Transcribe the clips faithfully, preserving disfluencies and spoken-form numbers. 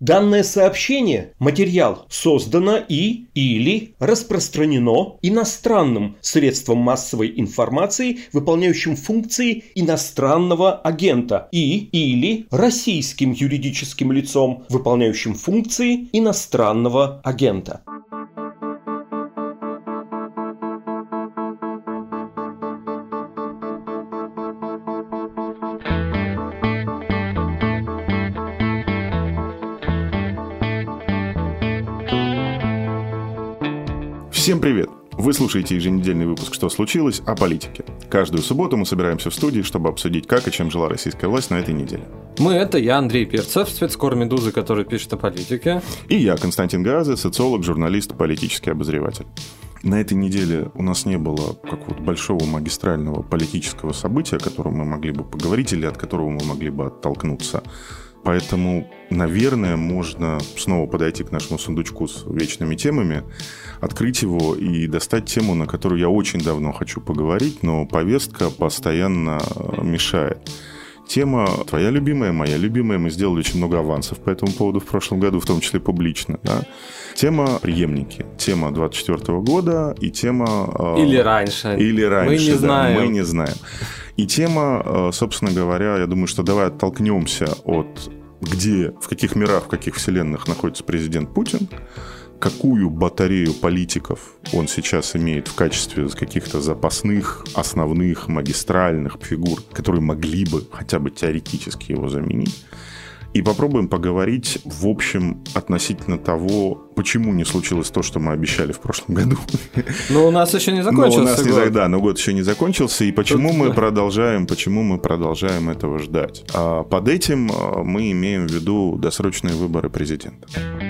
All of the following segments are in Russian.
Данное сообщение, материал, создано и или распространено иностранным средством массовой информации, выполняющим функции иностранного агента, и или российским юридическим лицом, выполняющим функции иностранного агента. Всем привет! Вы слушаете еженедельный выпуск «Что случилось?» о политике. Каждую субботу мы собираемся в студии, чтобы обсудить, как и чем жила российская власть на этой неделе. Мы – это я, Андрей Перцев, спецкор «Медузы», который пишет о политике. И я, Константин Гааза, социолог, журналист, политический обозреватель. На этой неделе у нас не было какого-то большого магистрального политического события, о котором мы могли бы поговорить или от которого мы могли бы оттолкнуться. Поэтому, наверное, можно снова подойти к нашему сундучку с вечными темами, открыть его и достать тему, на которую я очень давно хочу поговорить, но повестка постоянно мешает. Тема твоя любимая, моя любимая. Мы сделали очень много авансов по этому поводу в прошлом году, в том числе публично. Да? Тема преемники. Тема двадцать четвёртого года и тема... Или раньше. Или раньше, мы не да, знаем. Мы не знаем. И тема, собственно говоря, я думаю, что давай оттолкнемся от где, в каких мирах, в каких вселенных находится президент Путин, какую батарею политиков он сейчас имеет в качестве каких-то запасных, основных, магистральных фигур, которые могли бы хотя бы теоретически его заменить. И попробуем поговорить, в общем, относительно того, почему не случилось то, что мы обещали в прошлом году. Но у нас еще не закончился но у нас год. Не, да, но год еще не закончился. И почему Тут... мы продолжаем, почему мы продолжаем этого ждать? А под этим мы имеем в виду досрочные выборы президента.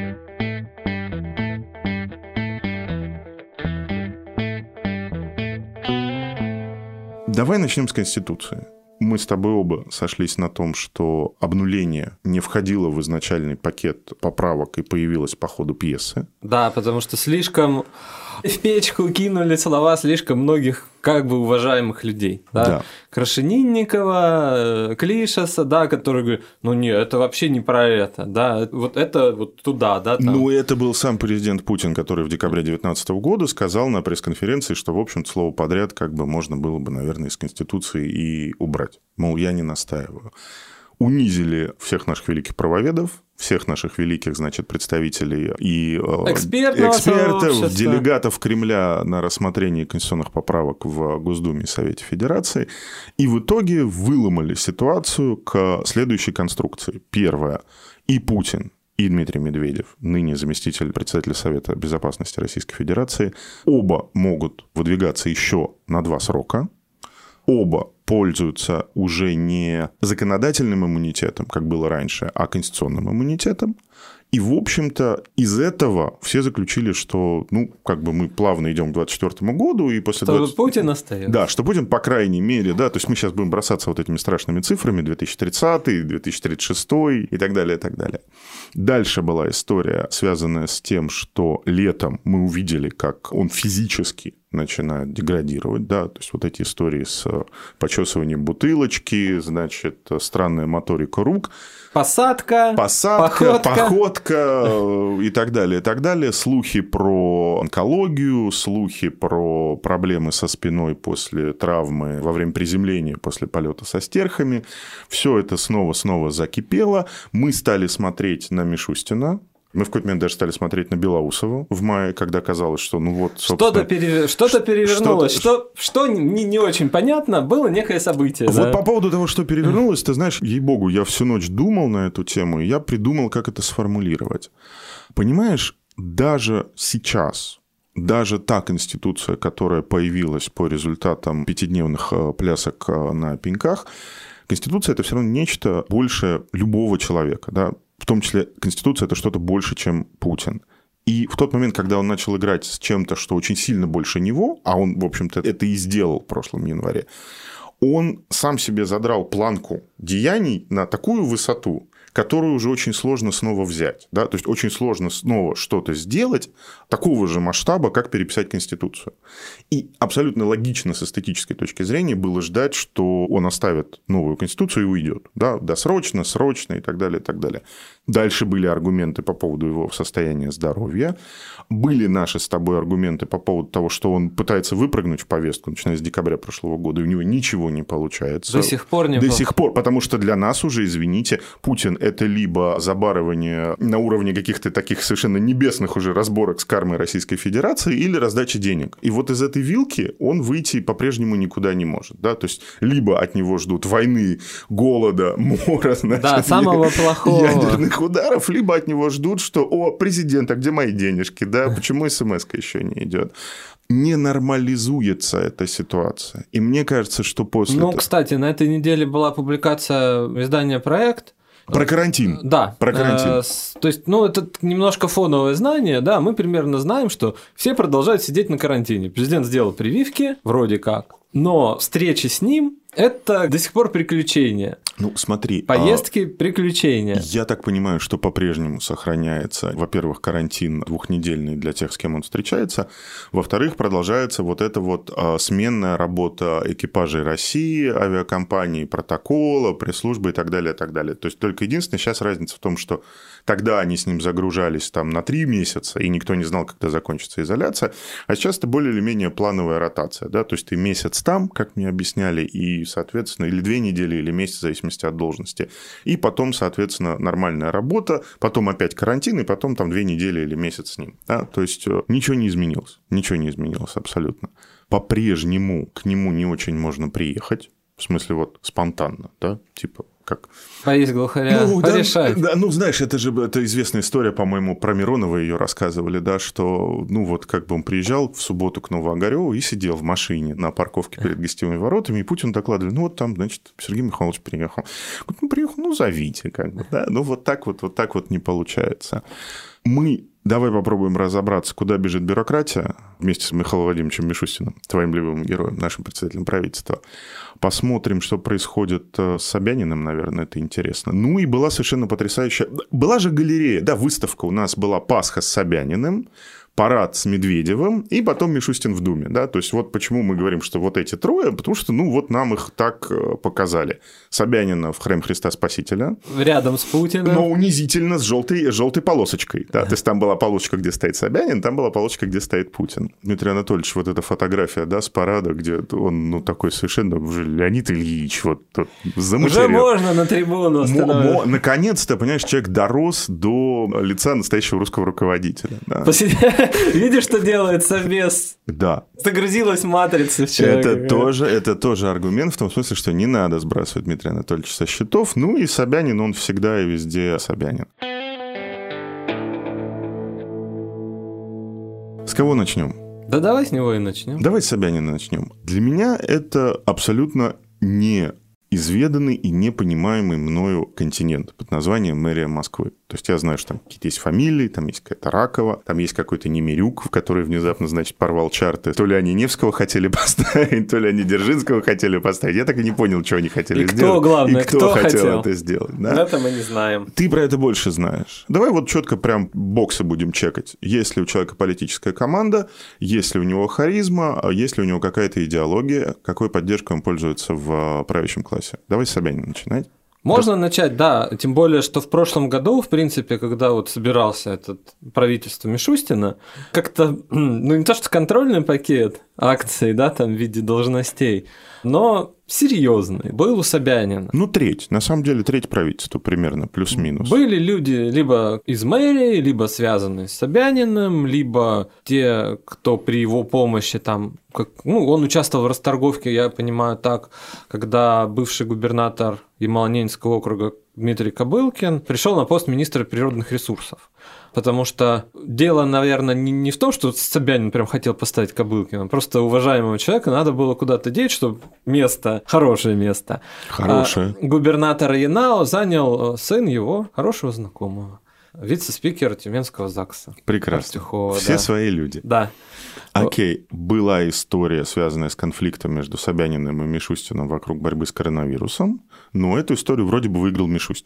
Давай начнем с Конституции. Мы с тобой оба сошлись на том, что обнуление не входило в изначальный пакет поправок и появилось по ходу пьесы. Да, потому что слишком в печку кинули слова слишком многих как бы уважаемых людей. Да? Да. Крашенинникова, Клишаса, да, которые говорят, ну нет, это вообще не про это, да, вот это вот туда, да. Там. Ну, это был сам президент Путин, который в декабре две тысячи девятнадцатого года сказал на пресс-конференции, что, в общем-то, слово подряд как бы можно было бы, наверное, из Конституции и убрать. Мол, я не настаиваю. Унизили всех наших великих правоведов, всех наших великих, значит, представителей и экспертов, делегатов Кремля на рассмотрение конституционных поправок в Госдуме и Совете Федерации. И в итоге выломали ситуацию к следующей конструкции. Первое. И Путин, и Дмитрий Медведев, ныне заместитель председателя Совета Безопасности Российской Федерации, оба могут выдвигаться еще на два срока. Оба пользуются уже не законодательным иммунитетом, как было раньше, а конституционным иммунитетом. И, в общем-то, из этого все заключили, что, ну, как бы мы плавно идем к двадцать четвёртому году, и после... Что двадцать... Путин остается. Да, что Путин, по крайней мере, да, то есть мы сейчас будем бросаться вот этими страшными цифрами, две тысячи тридцатый, две тысячи тридцать шестой и так далее, и так далее. Дальше была история, связанная с тем, что летом мы увидели, как он физически начинает деградировать, да, то есть вот эти истории с почесыванием бутылочки, значит, странная моторика рук. Посадка, Посадка, походка. походка и так далее, и так далее. Слухи про онкологию, слухи про проблемы со спиной после травмы во время приземления, после полета со стерхами. Все это снова-снова закипело. Мы стали смотреть на Мишустина. Мы в какой-то момент даже стали смотреть на Белоусова в мае, когда казалось, что ну вот, собственно... Что-то, пере... что-то перевернулось, что-то... Что, что не, не очень понятно, было некое событие. Вот да? по поводу того, что перевернулось, ты знаешь, ей-богу, я всю ночь думал на эту тему, и я придумал, как это сформулировать. Понимаешь, даже сейчас... Даже та конституция, которая появилась по результатам пятидневных плясок на пеньках, конституция – это все равно нечто большее любого человека, да? В том числе Конституция – это что-то больше, чем Путин. И в тот момент, когда он начал играть с чем-то, что очень сильно больше него, а он, в общем-то, это и сделал в прошлом январе, он сам себе задрал планку деяний на такую высоту, которую уже очень сложно снова взять. Да? То есть очень сложно снова что-то сделать такого же масштаба, как переписать Конституцию. И абсолютно логично с эстетической точки зрения было ждать, что он оставит новую Конституцию и уйдет. Да? Досрочно, срочно и так далее, и так далее. Дальше были аргументы по поводу его состояния здоровья. Были наши с тобой аргументы по поводу того, что он пытается выпрыгнуть в повестку, начиная с декабря прошлого года, и у него ничего не получается. До сих пор не До было. сих пор, потому что для нас уже, извините, Путин – это либо забарывание на уровне каких-то таких совершенно небесных уже разборок с кармой Российской Федерации, или раздача денег. И вот из этой вилки он выйти по-прежнему никуда не может. Да? То есть, либо от него ждут войны, голода, мора, значит, да, самого плохого. ядерных ударов, либо от него ждут, что «О, президент, а где мои денежки? Да, почему смс-ка еще не идет?» Не нормализуется эта ситуация. И мне кажется, что после... Ну, этого... кстати, на этой неделе была публикация издания «Проект». Про карантин. Да. Про карантин. Э, с, то есть, ну, это немножко фоновое знание, да, мы примерно знаем, что все продолжают сидеть на карантине. Президент сделал прививки, вроде как, но встречи с ним – это до сих пор приключения. Ну, смотри. Поездки, а... приключения. Я так понимаю, что по-прежнему сохраняется, во-первых, карантин двухнедельный для тех, с кем он встречается. Во-вторых, продолжается вот эта вот сменная работа экипажей России, авиакомпаний, протокола, пресс-службы и так далее, и так далее. То есть, только единственное, сейчас разница в том, что тогда они с ним загружались там на три месяца, и никто не знал, когда закончится изоляция, а сейчас это более или менее плановая ротация. Да? То есть, ты месяц там, как мне объясняли, и, соответственно, или две недели, или месяц, в зависимости от должности. И потом, соответственно, нормальная работа, потом опять карантин, и потом там две недели или месяц с ним. Да? То есть, ничего не изменилось. Ничего не изменилось абсолютно. По-прежнему к нему не очень можно приехать. В смысле, вот спонтанно, да, типа как... Поесть глухаря, ну, порешать. Да, да, ну, знаешь, это же это известная история, по-моему, про Миронова ее рассказывали, да, что, ну, вот как бы он приезжал в субботу к Новоогарёву и сидел в машине на парковке перед гостевыми воротами, и Путин докладывали, ну, вот там, значит, Сергей Михайлович приехал. Говорит, ну, приехал, ну, зовите, как бы, да, ну, вот так вот, вот так вот не получается. Мы... Давай попробуем разобраться, куда бежит бюрократия вместе с Михаилом Владимировичем Мишустиным, твоим любимым героем, нашим председателем правительства. Посмотрим, что происходит с Собяниным, наверное, это интересно. Ну и была совершенно потрясающая... Была же галерея, да, выставка у нас была «Пасха с Собяниным», парад с Медведевым и потом Мишустин в Думе. Да? То есть, вот почему мы говорим, что вот эти трое, потому что, ну, вот нам их так показали. Собянина в храм Христа Спасителя. Рядом с Путиным. Но унизительно с желтой, желтой полосочкой. Да? То есть, там была полосочка, где стоит Собянин, там была полосочка, где стоит Путин. Дмитрий Анатольевич, вот эта фотография, да, с парада, где он, ну, такой совершенно уже Леонид Ильич, вот заматерел. Уже можно на трибуну остановиться. Наконец-то, понимаешь, человек дорос до лица настоящего русского руководителя. Да? Видишь, что делает Совбез? Да. Загрузилась матрица в человека. Это тоже, это тоже аргумент в том смысле, что не надо сбрасывать Дмитрия Анатольевича со счетов. Ну и Собянин, он всегда и везде Собянин. С кого начнем? Да давай с него и начнем. Давай с Собянина начнем. Для меня это абсолютно не изведанный и непонимаемый мною континент под названием мэрия Москвы. То есть, я знаю, что там какие-то есть фамилии, там есть какая-то Ракова, там есть какой-то Немирюк, который внезапно, значит, порвал чарты. То ли они Невского хотели поставить, то ли они Дзержинского хотели поставить. Я так и не понял, что они хотели и сделать. Кто, главное, и кто, кто хотел, хотел это сделать. Да? Это мы не знаем. Ты про это больше знаешь. Давай вот четко прям боксы будем чекать. Есть ли у человека политическая команда, есть ли у него харизма, есть ли у него какая-то идеология, какой поддержкой он пользуется в правящем классе. Давай с Собянина начинать. Можно да. начать, да, тем более, что в прошлом году, в принципе, когда вот собирался этот правительство Мишустина, как-то, ну, не то что контрольный пакет акций, да, там в виде должностей, но серьезный был у Собянина. Ну, треть, на самом деле треть правительства примерно, плюс-минус. Были люди либо из мэрии, либо связанные с Собяниным, либо те, кто при его помощи там, как, ну, он участвовал в расторговке, я понимаю так, когда бывший губернатор Ямало-Ненецкого округа Дмитрий Кобылкин пришел на пост министра природных ресурсов. Потому что дело, наверное, не в том, что Собянин прям хотел поставить Кобылкина, просто уважаемого человека надо было куда-то деть, чтобы место, хорошее место. Хорошее. А губернатора Янао занял сын его хорошего знакомого, вице-спикер Тюменского ЗАГСа. Прекрасно. Артюхова, Все да. свои люди. Да. Окей, была история, связанная с конфликтом между Собяниным и Мишустиным вокруг борьбы с коронавирусом, но эту историю вроде бы выиграл Мишустин.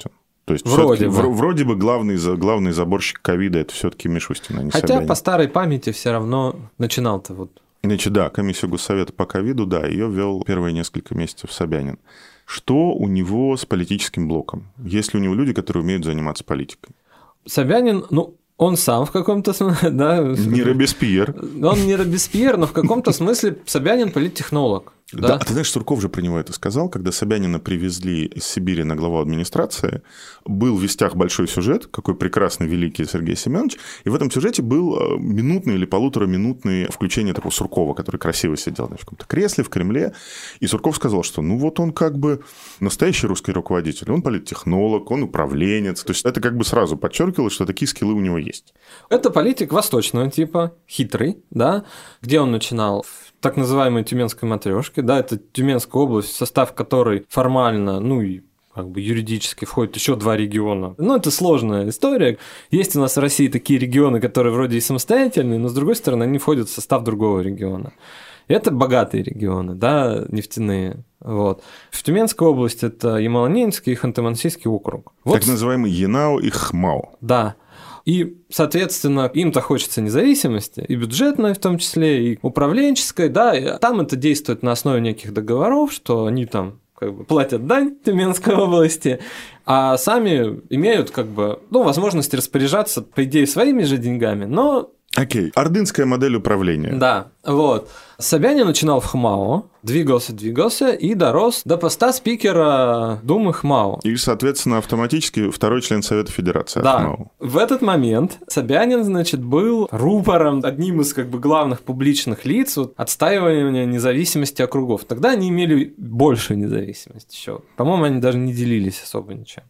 То есть вроде бы. В, вроде бы главный, главный заборщик ковида – это все-таки Мишустин, а не Хотя Собянин. по старой памяти все равно начинал-то вот. Значит, да, комиссию Госсовета по ковиду, да, ее вел первые несколько месяцев Собянин. Что у него с политическим блоком? Есть ли у него люди, которые умеют заниматься политикой? Собянин, ну, он сам в каком-то смысле, да. Не Робеспьер. Он не Робеспьер, но в каком-то смысле Собянин политтехнолог. Да, да, а ты знаешь, Сурков же про него это сказал, когда Собянина привезли из Сибири на главу администрации, был в «Вестях» большой сюжет, какой прекрасный, великий Сергей Семенович, и в этом сюжете был минутный или полутораминутный включение такого Суркова, который красиво сидел значит, в каком-то кресле в Кремле, и Сурков сказал, что ну вот он как бы настоящий русский руководитель, он политтехнолог, он управленец, то есть это как бы сразу подчеркивалось, что такие скиллы у него есть. Это политик восточного типа, хитрый, да, где он начинал так называемой Тюменской матрешки, да, это Тюменская область, в состав которой формально, ну и как бы юридически входит еще два региона. Ну, это сложная история. Есть у нас в России такие регионы, которые вроде и самостоятельные, но с другой стороны, они входят в состав другого региона. Это богатые регионы, да, нефтяные. Вот. В Тюменской области это Ямало-Ненецкий и Ханты-Мансийский округ. Вот. Так называемый Янао и Хмао. Да. И, соответственно, им-то хочется независимости, и бюджетной в том числе, и управленческой, да, и там это действует на основе неких договоров, что они там как бы платят дань Тюменской области, а сами имеют как бы, ну, возможность распоряжаться, по идее, своими же деньгами, но... Окей, ордынская модель управления. Да, вот. Собянин начинал в Хмао, двигался, двигался и дорос до поста спикера Думы Хмао. И, соответственно, автоматически второй член Совета Федерации. Да. Хмао. В этот момент Собянин, значит, был рупором, одним из как бы главных публичных лиц вот, отстаивания независимости округов. Тогда они имели большую независимость еще. По-моему, они даже не делились особо ничем.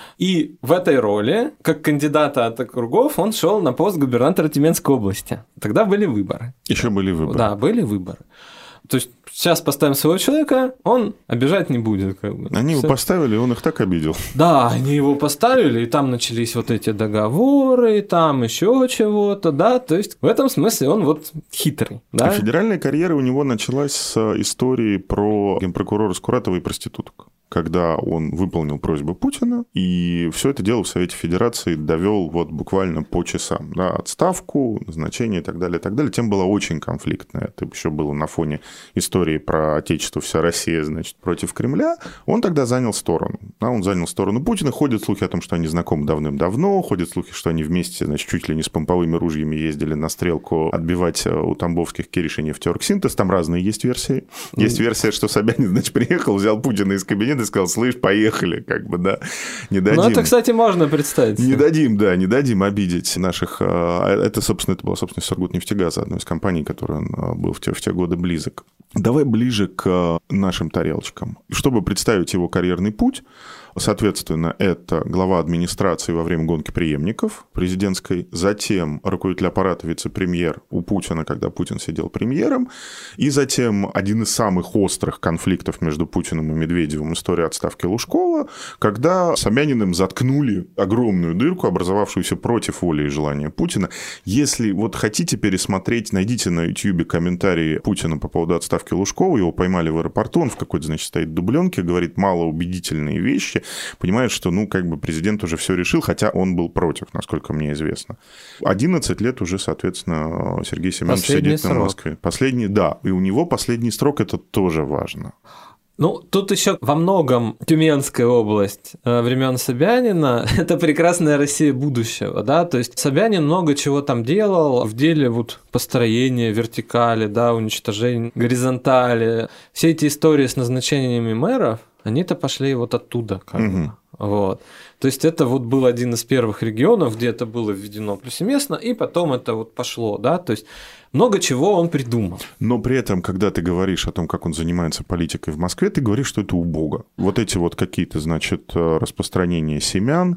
И в этой роли, как кандидата от округов, он шел на пост губернатора Тюменской области. Тогда были выборы. Еще были выборы. Да, были выборы. То есть сейчас поставим своего человека, он обижать не будет. Как бы. Они Всё. его поставили, и он их так обидел. Да, они его поставили, и там начались вот эти договоры, и там еще чего-то, да, то есть в этом смысле он вот хитрый. Да? А федеральная карьера у него началась с истории про генпрокурора Скуратова и проституток, когда он выполнил просьбу Путина, и все это дело в Совете Федерации довел вот буквально по часам. Да, отставку, назначение и так далее, и так далее. Тема была очень конфликтная. Это еще было на фоне истории про Отечество, вся Россия, значит, против Кремля. Он тогда занял сторону. Да, он занял сторону Путина. Ходят слухи о том, что они знакомы давным-давно. Ходят слухи, что они вместе, значит, чуть ли не с помповыми ружьями ездили на стрелку отбивать у тамбовских Киришей нефтеоргсинтез. Там разные есть версии. Есть версия, что Собянин, значит, приехал, взял Путина из кабинета и сказал: слышь, поехали, как бы, да, не дадим. Ну, это, кстати, можно представить. Не дадим, да, не дадим обидеть наших... Это, собственно, это была собственность Сургутнефтегаза, одной из компаний, которой он был в те, в те годы близок. Давай ближе к нашим тарелочкам. Чтобы представить его карьерный путь, соответственно, это глава администрации во время гонки преемников президентской, затем руководитель аппарата, вице-премьер у Путина, когда Путин сидел премьером, и затем один из самых острых конфликтов между Путиным и Медведевым, история отставки Лужкова, когда Собяниным заткнули огромную дырку, образовавшуюся против воли и желания Путина. Если вот хотите пересмотреть, найдите на YouTube комментарии Путина по поводу отставки Лужкова, его поймали в аэропорту, он в какой-то, значит, стоит дубленке, говорит малоубедительные вещи, понимает, что, ну, как бы президент уже все решил, хотя он был против, насколько мне известно. одиннадцать лет уже, соответственно, Сергей Семенович Последний сидит на Москве. Последний, да, и у него последний срок, это тоже важно. Ну, тут еще во многом Тюменская область времен Собянина – это прекрасная Россия будущего, да, то есть Собянин много чего там делал в деле вот построения вертикали, да, уничтожения горизонтали. Все эти истории с назначениями мэров, они-то пошли вот оттуда, как бы. Угу. Вот. То есть это вот был один из первых регионов, где это было введено повсеместно, и потом это вот пошло, да, то есть много чего он придумал. Но при этом, когда ты говоришь о том, как он занимается политикой в Москве, ты говоришь, что это убого. Вот эти вот какие-то, значит, распространения семян,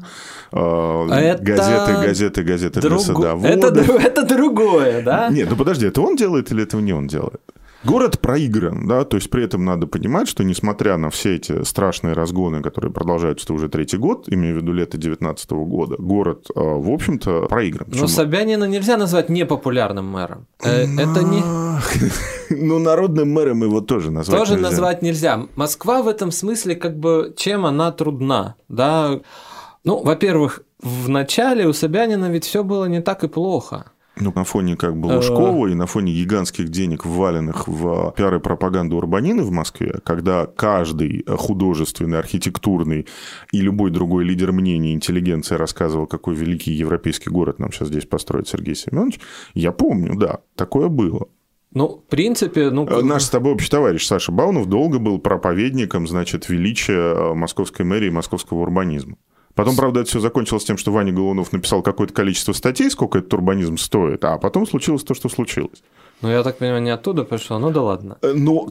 это газеты, газеты, газеты друг... для садоводов. Это, это другое, да? Нет, ну подожди, это он делает или этого не он делает? Город проигран, да, то есть при этом надо понимать, что несмотря на все эти страшные разгоны, которые продолжаются уже третий год, имею в виду лето две тысячи девятнадцатого года, город, в общем-то, проигран. Но Собянина нельзя назвать непопулярным мэром. Это не... Ну, народным мэром его тоже назвать нельзя. Тоже назвать нельзя. Москва в этом смысле, как бы, чем она трудна, да. Ну, во-первых, в начале у Собянина ведь все было не так и плохо. Ну, на фоне как бы Лужкова и на фоне гигантских денег, вваленных в пиар и пропаганду урбанины в Москве, когда каждый художественный, архитектурный и любой другой лидер мнений, интеллигенции рассказывал, какой великий европейский город нам сейчас здесь построит Сергей Семенович, я помню, да, такое было. Ну, в принципе... Ну... Наш с тобой общий товарищ Саша Баунов долго был проповедником, значит, величия московской мэрии и московского урбанизма. Потом, правда, это все закончилось тем, что Ваня Голунов написал какое-то количество статей, сколько этот урбанизм стоит, а потом случилось то, что случилось. Ну, я так понимаю, не оттуда пришел, ну да ладно. Но,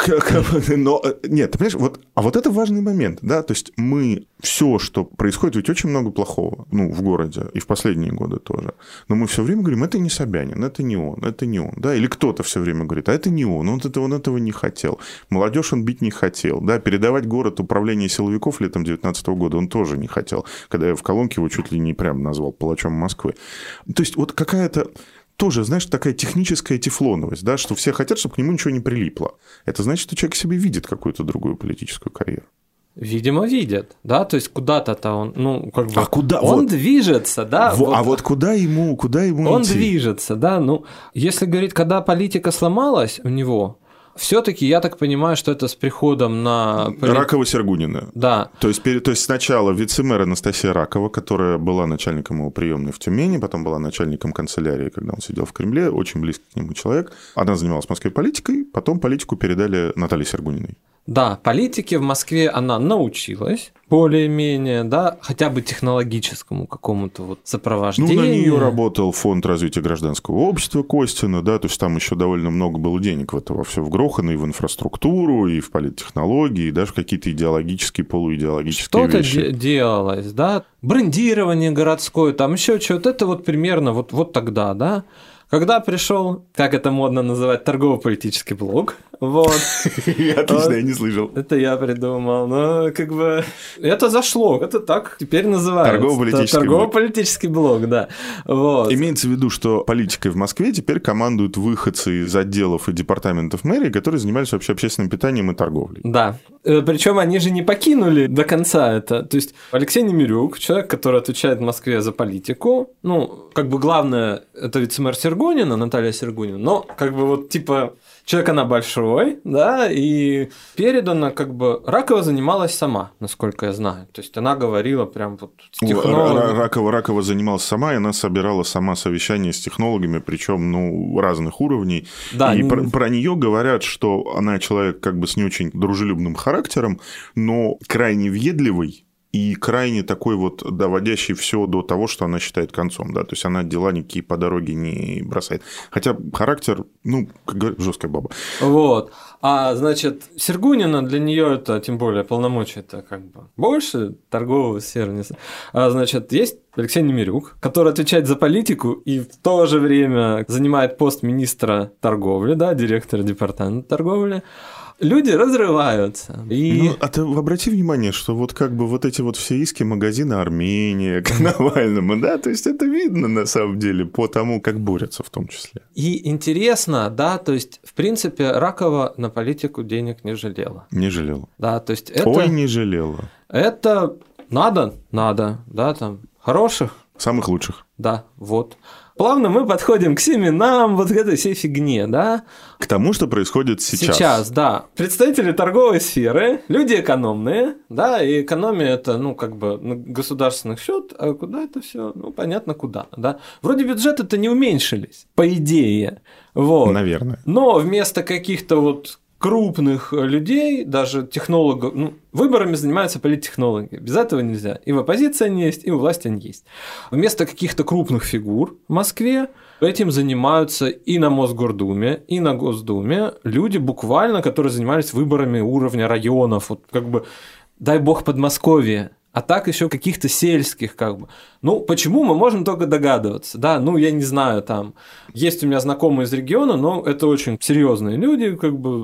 но нет, ты понимаешь, вот, а вот это важный момент, да, то есть мы, все, что происходит, ведь очень много плохого, ну, в городе, и в последние годы тоже, но мы все время говорим, это не Собянин, это не он, это не он, да, или кто-то все время говорит, а это не он, он этого, он этого не хотел, молодежь он бить не хотел, да, передавать город управление силовиков летом девятнадцатого года он тоже не хотел, когда я в колонке его чуть ли не прям назвал палачом Москвы. То есть вот какая-то... Тоже, знаешь, такая техническая тефлоновость, да, что все хотят, чтобы к нему ничего не прилипло. Это значит, что человек себе видит какую-то другую политическую карьеру. Видимо, видит, да, то есть куда-то-то он, ну, как бы... А куда? Он вот. движется, да. Во, вот. А вот куда ему, куда ему Он идти? движется, да, ну, если говорить, когда политика сломалась у него... Все-таки я так понимаю, что это с приходом на... Ракова-Сергунина. Да. То есть, то есть сначала вице-мэр Анастасия Ракова, которая была начальником его приемной в Тюмени, потом была начальником канцелярии, когда он сидел в Кремле, очень близкий к нему человек. Она занималась в Москве политикой, потом политику передали Наталье Сергуниной. Да, политике в Москве она научилась более-менее, да, хотя бы технологическому какому-то вот сопровождению. Ну, на нее работал фонд развития гражданского общества Костина, да, то есть там еще довольно много было денег в это во все вгрохано, и в инфраструктуру, и в политтехнологии, и даже в какие-то идеологические, полуидеологические Что-то вещи. Что-то де- делалось, да, брендирование городское, там еще что-то, это вот примерно вот, вот тогда, да. Когда пришел, как это модно называть, торгово-политический блок, вот. Отлично, я не слышал. Это я придумал, но как бы это зашло, это так теперь называется. Торгово-политический блок. Торгово-политический блок, да. Вот. Имеется в виду, что политикой в Москве теперь командуют выходцы из отделов и департаментов мэрии, которые занимались вообще общественным питанием и торговлей. Да. Причем они же не покинули до конца это. То есть Алексей Немирюк, человек, который отвечает в Москве за политику, ну, как бы главное, это вице-мэр Сергунина, Наталья Сергунина, но как бы вот типа человек она большой, да, и передана как бы Ракова занималась сама, насколько я знаю. То есть она говорила прям вот с технологами. Ракова, Ракова занималась сама, и она собирала сама совещания с технологами, причем ну, разных уровней. Да, и не... про, про нее говорят, что она человек как бы с не очень дружелюбным характером, но крайне въедливый. И крайне такой вот доводящий все до того, что она считает концом, да, то есть она дела никакие по дороге не бросает. Хотя характер, ну, как говорят, жесткая баба. Вот. А значит, Сергунина для нее это, тем более, полномочия это как бы больше торгового сервиса. А значит, есть Алексей Немирюк, который отвечает за политику и в то же время занимает пост министра торговли, да, директора департамента торговли. Люди разрываются. И... Ну, а ты обрати внимание, что вот как бы вот эти вот все иски магазина Армения к Навальному, да, то есть это видно на самом деле по тому, как борются в том числе. И интересно, да, то есть в принципе Ракова на политику денег не жалела. Не жалела. Да, то есть это... Ой, не жалела. Это надо, надо, да, там, хороших. Самых лучших. Да, вот. Плавно мы подходим к семенам, вот к этой всей фигне, да? К тому, что происходит сейчас. Сейчас, да. Представители торговой сферы, люди экономные, да, и экономия это, ну, как бы на государственных счет, а куда это все? Ну, понятно, куда, да. Вроде бюджеты-то не уменьшились, по идее, вот. Наверное. Но вместо каких-то вот крупных людей, даже технологов, ну, выборами занимаются политтехнологи. Без этого нельзя. И в оппозиции они есть, и у власти они есть. Вместо каких-то крупных фигур в Москве этим занимаются и на Мосгордуме, и на Госдуме люди буквально, которые занимались выборами уровня районов. Вот как бы, дай бог, Подмосковье. А так еще каких-то сельских, как бы. Ну, почему, мы можем только догадываться, да, ну, я не знаю, там, есть у меня знакомые из региона, но это очень серьезные люди, как бы,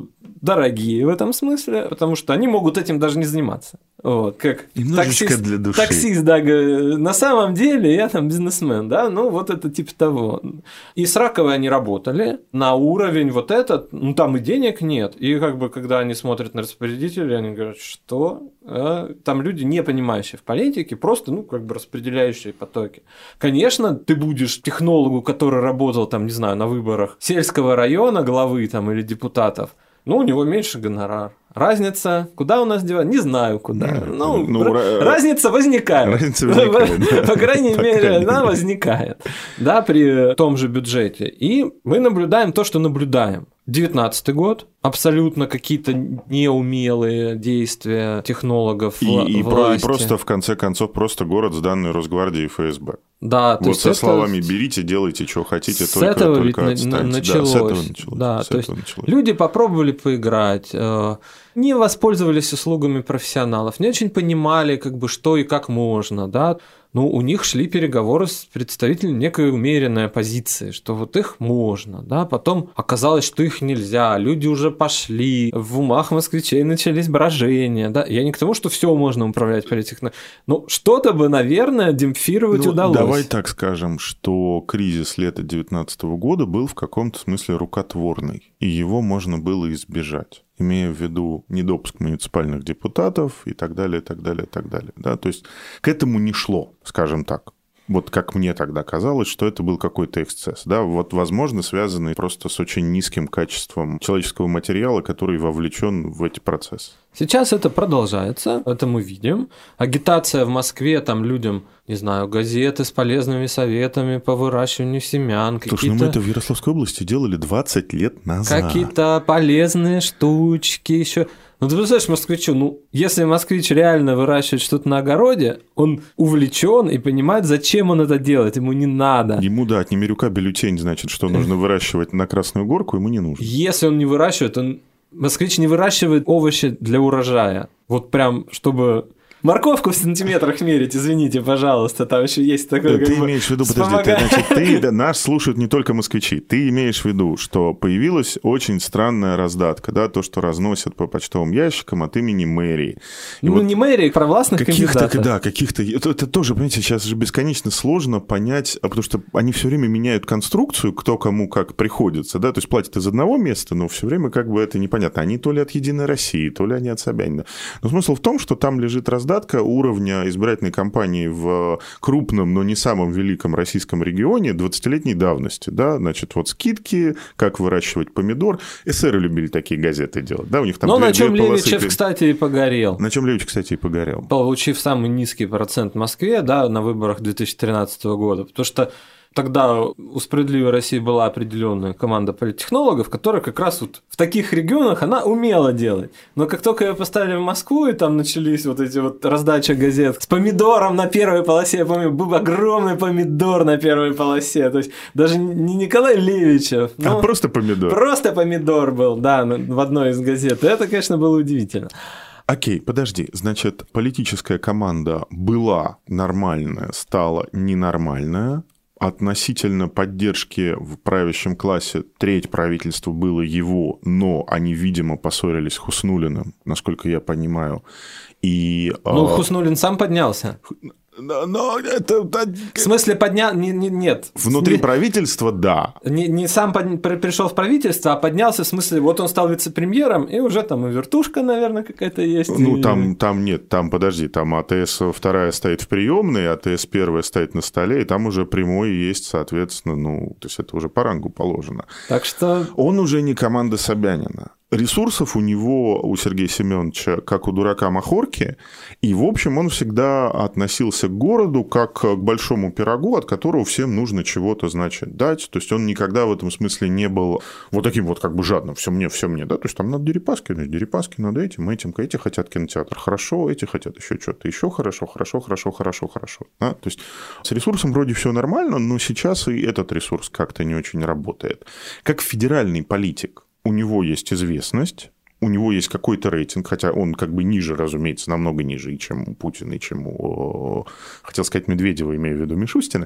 дорогие в этом смысле, потому что они могут этим даже не заниматься. Вот, как таксист, для души. таксист, да, на самом деле я там бизнесмен, да, ну вот это типа того. И с Раковой они работали на уровень вот этот, ну там и денег нет, и как бы когда они смотрят на распорядителей, они говорят, что а? Там люди, не понимающие в политике, просто, ну, как бы распределяющие потоки. Конечно, ты будешь технологу, который работал там, не знаю, на выборах сельского района, главы там или депутатов, ну, у него меньше гонорар. Разница, куда у нас девать? Не знаю, куда. Ну, ну р- разница возникает. Разница возникает. По крайней мере, она возникает. Да, при том же бюджете. И мы наблюдаем то, что наблюдаем. девятнадцатый год, абсолютно какие-то неумелые действия технологов и, и, власти. И просто, в конце концов, просто город, сданный Росгвардией и эф эс бэ. Да, то вот есть со это... словами «берите, делайте, что хотите, с только, этого только ведь отстаньте». началось. Да, с этого началось. Да, с то этого есть началось. Люди попробовали поиграть, не воспользовались услугами профессионалов, не очень понимали, как бы, что и как можно, да. Ну, у них шли переговоры с представителями некой умеренной оппозиции, что вот их можно, да, потом оказалось, что их нельзя, люди уже пошли, в умах москвичей начались брожения, да, я не к тому, что все можно управлять политикой, но что-то бы, наверное, демпфировать ну, удалось. Давай так скажем, что кризис лета две тысячи девятнадцатого года был в каком-то смысле рукотворный, и его можно было избежать, имея в виду недопуск муниципальных депутатов и так далее, и так далее, и так далее. Да? То есть к этому не шло, скажем так. Вот как мне тогда казалось, что это был какой-то эксцесс. Да? Вот, возможно, связанный просто с очень низким качеством человеческого материала, который вовлечен в эти процессы. Сейчас это продолжается, это мы видим. Агитация в Москве, там людям, не знаю, газеты с полезными советами по выращиванию семян. Слушай, ну мы это в Ярославской области делали двадцать лет назад. Какие-то полезные штучки еще. Ну, ты представляешь, москвичу, ну, если москвич реально выращивает что-то на огороде, он увлечен и понимает, зачем он это делает, ему не надо. Ему, да, от немерюка бюллетень, значит, что нужно выращивать на Красную Горку, ему не нужно. Если он не выращивает, он... Москвич не выращивает овощи для урожая. Вот прям, чтобы... Морковку в сантиметрах мерить, извините, пожалуйста, там еще есть такой... Да, ты имеешь в виду, подожди, ты, значит, ты, да, нас слушают не только москвичи, ты имеешь в виду, что появилась очень странная раздатка, да, то, что разносят по почтовым ящикам от имени мэрии. И ну, вот не мэрии, провластных каких-то, кандидатов. Да, каких-то... Это, это тоже, понимаете, сейчас же бесконечно сложно понять, потому что они все время меняют конструкцию, кто кому как приходится, да, то есть платят из одного места, но все время как бы это непонятно. Они то ли от «Единой России», то ли они от Собянина. Но смысл в том, что там лежит раздатка уровня избирательной кампании в крупном, но не самом великом российском регионе двадцатилетней давности. Да? Значит, вот скидки, как выращивать помидор. Эсеры любили такие газеты делать. Да? У них там но две, на чем две полосы... Левичев, кстати, и погорел. На чем Левич, кстати, и погорел. Получив самый низкий процент в Москве, да, на выборах две тысячи тринадцатого года. Потому что тогда у «Справедливой России» была определенная команда политтехнологов, которая как раз вот в таких регионах она умела делать. Но как только ее поставили в Москву, и там начались вот эти вот раздача газет с помидором на первой полосе, я помню, был огромный помидор на первой полосе. То есть даже не Николай Левичев. А просто помидор. Просто помидор был, да, в одной из газет. И это, конечно, было удивительно. Окей, подожди. Значит, политическая команда была нормальная, стала ненормальная. Относительно поддержки в правящем классе треть правительства было его, но они, видимо, поссорились с Хуснуллиным, насколько я понимаю. И, ну, а... Хуснуллин сам поднялся. Но, но это... В смысле поднял... Не, не, нет. Внутри не... правительства, да. Не, не сам под... пришел в правительство, а поднялся, в смысле, вот он стал вице-премьером, и уже там и вертушка, наверное, какая-то есть. Ну, и... там, там нет, там, подожди, там АТС вторая стоит в приемной, АТС первая стоит на столе, и там уже прямой есть, соответственно, ну, то есть это уже по рангу положено. Так что... Он уже не команда Собянина. Ресурсов у него, у Сергея Семеновича, как у дурака Махорки, и, в общем, он всегда относился к городу как к большому пирогу, от которого всем нужно чего-то, значит, дать. То есть он никогда в этом смысле не был вот таким вот как бы жадным, все мне, все мне, да, то есть там надо Дерипаски, ну, Дерипаски надо этим, этим, эти хотят кинотеатр, хорошо, эти хотят еще что-то, еще хорошо, хорошо, хорошо, хорошо, хорошо. Да? То есть с ресурсом вроде все нормально, но сейчас и этот ресурс как-то не очень работает. Как федеральный политик, у него есть известность, у него есть какой-то рейтинг, хотя он как бы ниже, разумеется, намного ниже, чем у Путина, и чем у, хотел сказать, Медведева, имею в виду Мишустина,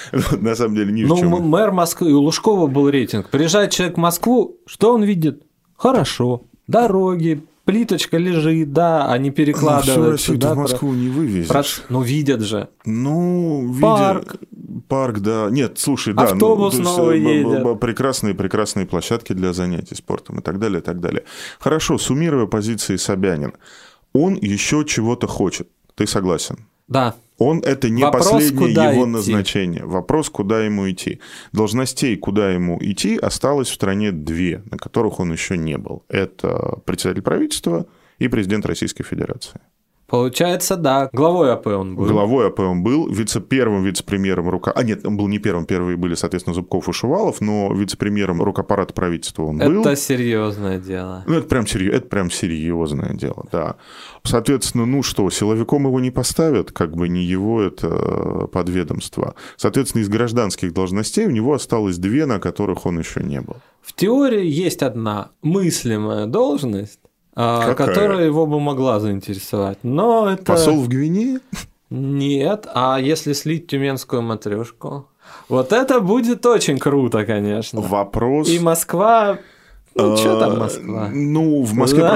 на самом деле ниже, ну, чем... Ну, мэр Москвы, у Лужкова был рейтинг. Приезжает человек в Москву, что он видит? Хорошо. дороги, плиточка лежит, да, они перекладываются. Ну, всю Россию да, в Москву про... не вывезешь. Про... Ну, видят же. Ну, видят... Парк. Парк, да. Нет, слушай, да. Автобус ну, новый едет. Прекрасные-прекрасные площадки для занятий спортом и так далее, и так далее. Хорошо, суммируя позиции Собянина, он еще чего-то хочет. Ты согласен? Да. Он это не Вопрос, последнее его идти. назначение. Вопрос, куда ему идти. Должностей, куда ему идти, осталось в стране две, на которых он еще не был. Это председатель правительства и президент Российской Федерации. Получается, да. Главой АП он был. Главой АП он был, вице первым вице-премьером рука... А нет, он был не первым, первые были, соответственно, Зубков и Шувалов, но вице-премьером рукаппарата правительства он это был. Это серьезное дело. Ну, это прям, серьез... это прям серьезное дело, да. Соответственно, ну что, силовиком его не поставят, как бы не его это подведомство. Соответственно, из гражданских должностей у него осталось две, на которых он еще не был. В теории есть одна мыслимая должность, Какая? которая его бы могла заинтересовать. Но это... Посол в Гвинее? Нет, а если слить тюменскую матрешку? Вот это будет очень круто, конечно. Вопрос... И Москва... Ну, что там Москва? Ну, в Москве...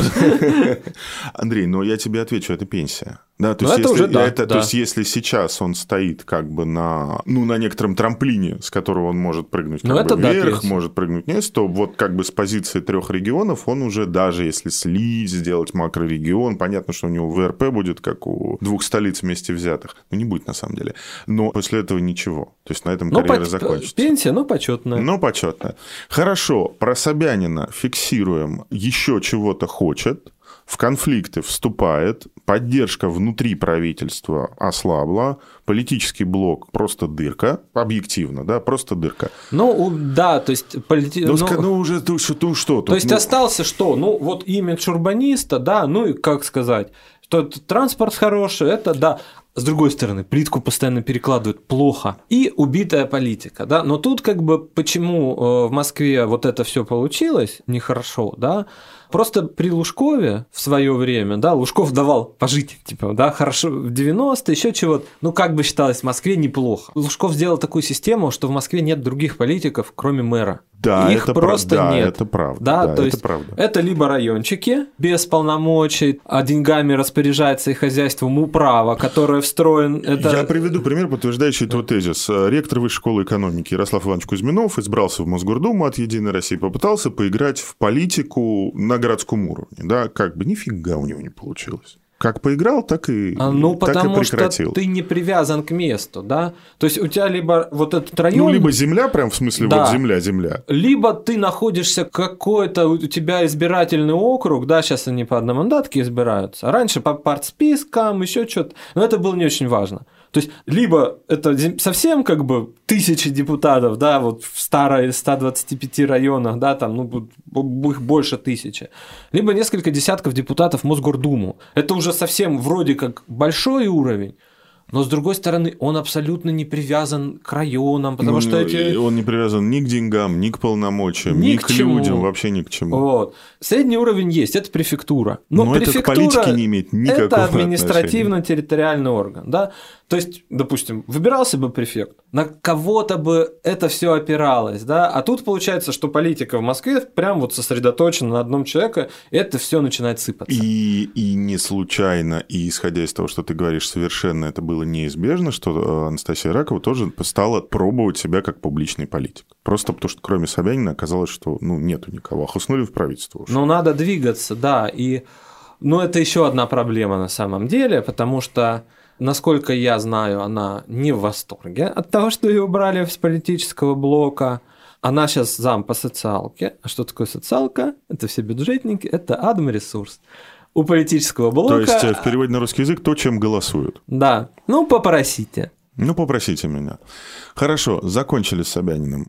Андрей, ну я тебе отвечу, это пенсия. Да, то, есть, это если, уже, да, это, да. то есть, если сейчас он стоит как бы на, ну, на некотором трамплине, с которого он может прыгнуть как ну, бы это вверх, да, может прыгнуть вниз, то вот как бы с позиции трех регионов он уже, даже если слить, сделать макрорегион, понятно, что у него ВРП будет, как у двух столиц вместе взятых. Ну, не будет на самом деле. Но после этого ничего. То есть, на этом ну, карьера по- закончится. Пенсия, ну, почетная. Ну, почетная. Хорошо, про Собянина фиксируем. Еще чего-то хочет. В конфликты вступает, поддержка внутри правительства ослабла, политический блок просто дырка, объективно, да, просто дырка. Ну, да, то есть... Полити... Ну, ну, ну, уже ну, что, ну, что тут? То есть, ну... остался что? Ну, вот имидж урбаниста, да, ну, и как сказать, что транспорт хороший, это да. С другой стороны, плитку постоянно перекладывают плохо. И убитая политика, да. Но тут как бы почему в Москве вот это все получилось нехорошо, да. Просто при Лужкове в свое время, да, Лужков давал пожить, типа, да, хорошо, в девяностые, еще чего-то, ну, как бы считалось, в Москве неплохо. Лужков сделал такую систему, что в Москве нет других политиков, кроме мэра. Да, их это просто прав... нет. Да, это правда. Да, да, то это есть правда. Это либо райончики без полномочий, а деньгами распоряжается и хозяйством управа, которое встроен. Это... Я приведу пример, подтверждающий твой тезис. Ректор Высшей школы экономики Ярослав Иванович Кузьминов избрался в Мосгордуму от «Единой России», попытался поиграть в политику на городском уровне. Да, как бы нифига у него не получилось. Как поиграл, так и, ну, так и потому прекратил. Что ты не привязан к месту, да? То есть у тебя либо вот этот район... Ну, либо земля, прям в смысле да. вот земля, земля. Либо ты находишься какой-то, у тебя избирательный округ, да, сейчас они по одномандатке избираются, а раньше по партспискам, еще что-то, но это было не очень важно. То есть, либо это совсем как бы тысячи депутатов, да, вот в старой ста двадцати пяти районах, да, там, ну, их больше тысячи, либо несколько десятков депутатов в Мосгордуму. Это уже совсем вроде как большой уровень, но, с другой стороны, он абсолютно не привязан к районам, потому ну, что эти... Он не привязан ни к деньгам, ни к полномочиям, ни, ни к, к людям, вообще ни к чему. Вот. Средний уровень есть, это префектура. Но, но префектура это к политике не имеет никакого это административно-территориальный орган. Да? То есть, допустим, выбирался бы префект, на кого-то бы это все опиралось, да? А тут получается, что политика в Москве прям вот сосредоточена на одном человеке, и это все начинает сыпаться. И, и не случайно, и исходя из того, что ты говоришь, совершенно это было неизбежно, что Анастасия Ракова тоже стала пробовать себя как публичный политик. Просто потому что кроме Собянина оказалось, что ну, нету никого, а Хуснуллин в правительство ушел. Ну, надо двигаться, да. И... Но это еще одна проблема на самом деле, потому что, насколько я знаю, она не в восторге от того, что ее убрали с политического блока. Она сейчас зам по социалке. А что такое социалка? Это все бюджетники, это админресурс. У политического блока... То есть, в переводе на русский язык, то, чем голосуют. Да. Ну, попросите. Ну, попросите меня. Хорошо, закончили с Собяниным.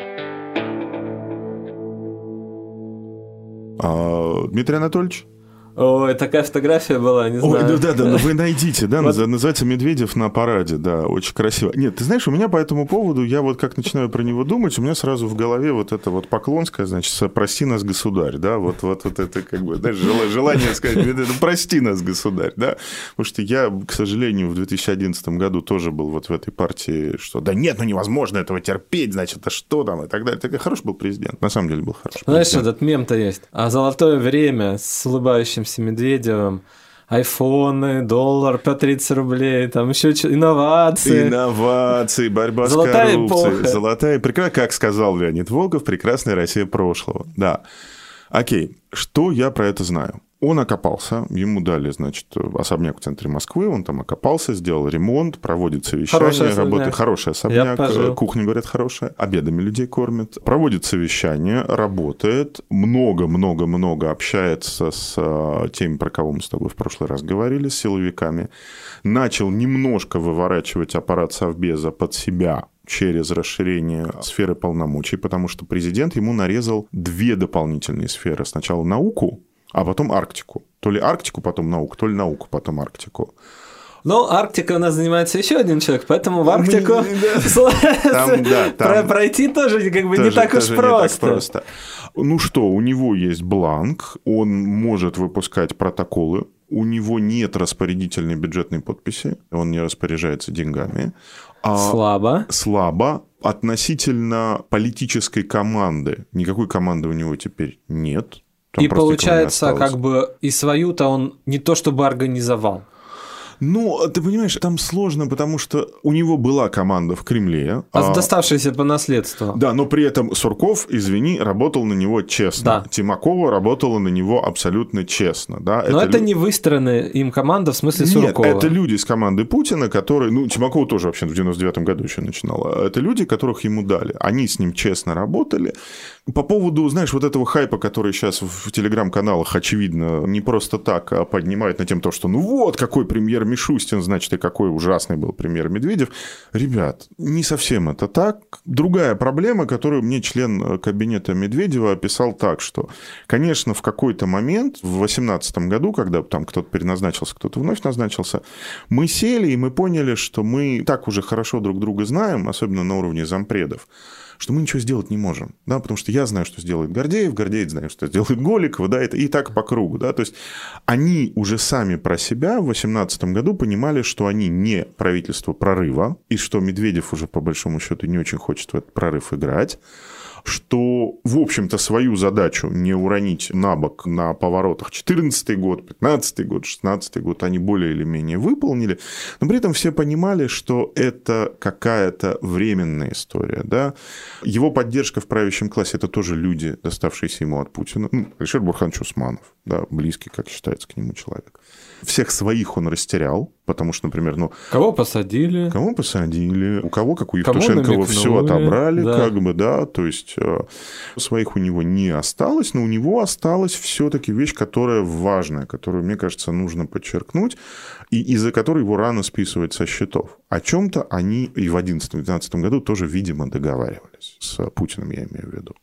А, Дмитрий Анатольевич? Ой, такая фотография была, не знаю. Ой, да, да, да, вы найдите, да, вот. Называется «Медведев на параде», да, очень красиво. Нет, ты знаешь, у меня по этому поводу, я вот как начинаю про него думать, у меня сразу в голове вот это вот Поклонское, значит, «Прости нас, государь», да, вот, вот, вот это как бы, знаешь, желание сказать, «Прости нас, государь», да, потому что я, к сожалению, в две тысячи одиннадцатом году тоже был вот в этой партии, что да нет, ну невозможно этого терпеть, значит, а что там и так далее. Такой хороший был президент, на самом деле был хороший Знаешь, президент. этот мем-то есть, а «Золотое время» с улыбающимся Медведевым, айфоны, доллар по тридцать рублей, там еще инновации. Инновации, борьба Золотая с коррупцией. эпоха. Золотая эпоха. Как сказал Леонид Волков, прекрасная Россия прошлого. Да. Окей, что я про это знаю? Он окопался, ему дали, значит, особняк в центре Москвы, он там окопался, сделал ремонт, проводит совещания, работает. Хороший особняк, кухня, говорят, хорошая, обедами людей кормят, проводит совещания, работает, много-много-много общается с теми, про кого мы с тобой в прошлый раз говорили, с силовиками, начал немножко выворачивать аппарат Совбеза под себя через расширение сферы полномочий, потому что президент ему нарезал две дополнительные сферы. Сначала науку, а потом Арктику. То ли Арктику, потом науку, то ли науку, потом Арктику. Ну, Арктика у нас занимается еще один человек, поэтому в Арктику пройти тоже как бы не так уж просто. Ну что, у него есть бланк, он может выпускать протоколы, у него нет распорядительной бюджетной подписи, он не распоряжается деньгами. Слабо. Слабо. Относительно политической команды, никакой команды у него теперь нет. Там и получается, как бы и свою-то он не то чтобы организовал. Ну, ты понимаешь, там сложно, потому что у него была команда в Кремле. А, а... доставшаяся по наследству. Да, но при этом Сурков, извини, работал на него честно. Да. Тимакова работала на него абсолютно честно. Да? Но это, это лю... не выстроенная им команда в смысле Нет, Суркова. это люди из команды Путина, которые... Ну, Тимакова тоже вообще в девяносто девятом году еще начинала. Это люди, которых ему дали. Они с ним честно работали. По поводу, знаешь, вот этого хайпа, который сейчас в телеграм-каналах, очевидно, не просто так поднимают на тему того, что ну вот, какой премьер Мишустин, значит, и какой ужасный был премьер Медведев. Ребят, не совсем это так. Другая проблема, которую мне член кабинета Медведева описал так, что, конечно, в какой-то момент, в две тысячи восемнадцатом году, когда там кто-то переназначился, кто-то вновь назначился, мы сели и мы поняли, что мы так уже хорошо друг друга знаем, особенно на уровне зампредов, что мы ничего сделать не можем, да, потому что я знаю, что сделает Гордеев, Гордеев знает, что сделает Голикова, да, это и так по кругу, да, то есть они уже сами про себя в две тысячи восемнадцатом году понимали, что они не правительство прорыва, и что Медведев уже по большому счету не очень хочет в этот прорыв играть, что, в общем-то, свою задачу не уронить на бок на поворотах четырнадцатый год, пятнадцатый год, шестнадцатый год они более или менее выполнили, но при этом все понимали, что это какая-то временная история, да. Его поддержка в правящем классе – это тоже люди, доставшиеся ему от Путина. Ну, Алишер Бурханович Усманов, да, близкий, как считается, к нему человек. Всех своих он растерял, потому что, например, ну... Кого посадили. Кого посадили, у кого, как у Евтушенкова, все отобрали, да. как бы, да, то есть своих у него не осталось, но у него осталась все-таки вещь, которая важная, которую, мне кажется, нужно подчеркнуть, и из-за которой его рано списывать со счетов. О чем-то они и в две тысячи одиннадцатом-две тысячи двенадцатом году тоже, видимо, договаривались с Путиным, я имею в виду.